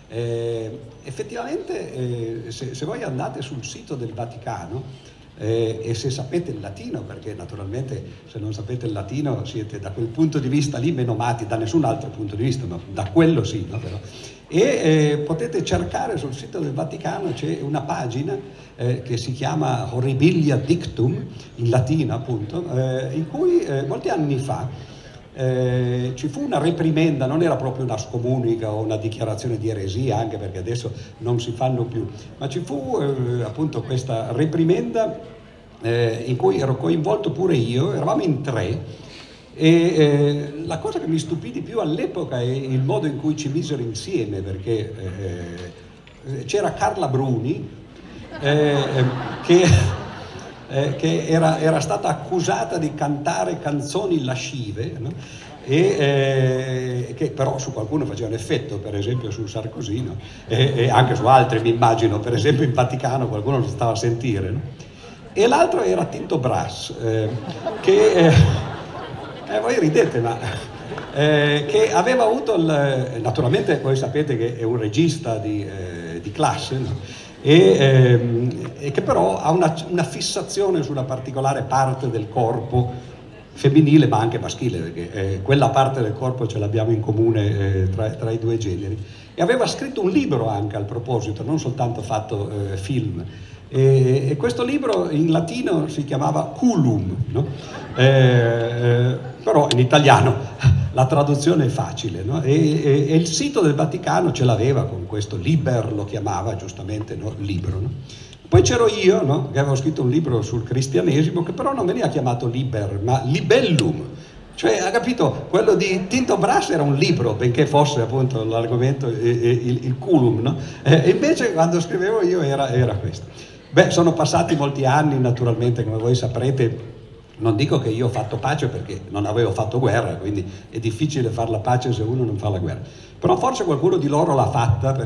Effettivamente, se voi andate sul sito del Vaticano, e se sapete il latino, perché naturalmente se non sapete il latino siete da quel punto di vista lì menomati, da nessun altro punto di vista, ma da quello sì, no? Però. Potete cercare sul sito del Vaticano, c'è una pagina che si chiama Horribilia Dictum, in latino appunto, in cui molti anni fa ci fu una reprimenda, non era proprio una scomunica o una dichiarazione di eresia, anche perché adesso non si fanno più, ma ci fu appunto questa reprimenda in cui ero coinvolto pure io, eravamo in 3, e la cosa che mi stupì di più all'epoca è il modo in cui ci misero insieme, perché c'era Carla Bruni che era stata accusata di cantare canzoni lascive, no? Che però su qualcuno facevano effetto, per esempio su Sarkozy, no? E anche su altri, mi immagino, per esempio in Vaticano qualcuno lo stava a sentire, no? E l'altro era Tinto Brass, che voi ridete, ma che aveva avuto naturalmente voi sapete che è un regista di classe, no? E che però ha una fissazione su una particolare parte del corpo femminile, ma anche maschile, perché quella parte del corpo ce l'abbiamo in comune tra i due generi. E aveva scritto un libro anche al proposito, non soltanto fatto film. E questo libro in latino si chiamava Culum, no? Però in italiano la traduzione è facile, no? E il sito del Vaticano ce l'aveva con questo Liber, lo chiamava giustamente, no? Libro, no? Poi c'ero io, no? Che avevo scritto un libro sul cristianesimo, che però non veniva chiamato Liber, ma Libellum. Cioè, ha capito, quello di Tinto Brass era un libro, benché fosse appunto l'argomento, il culum, no? E invece quando scrivevo io era questo. Beh, sono passati molti anni, naturalmente, come voi saprete. Non dico che io ho fatto pace perché non avevo fatto guerra, quindi è difficile fare la pace se uno non fa la guerra. Però forse qualcuno di loro l'ha fatta.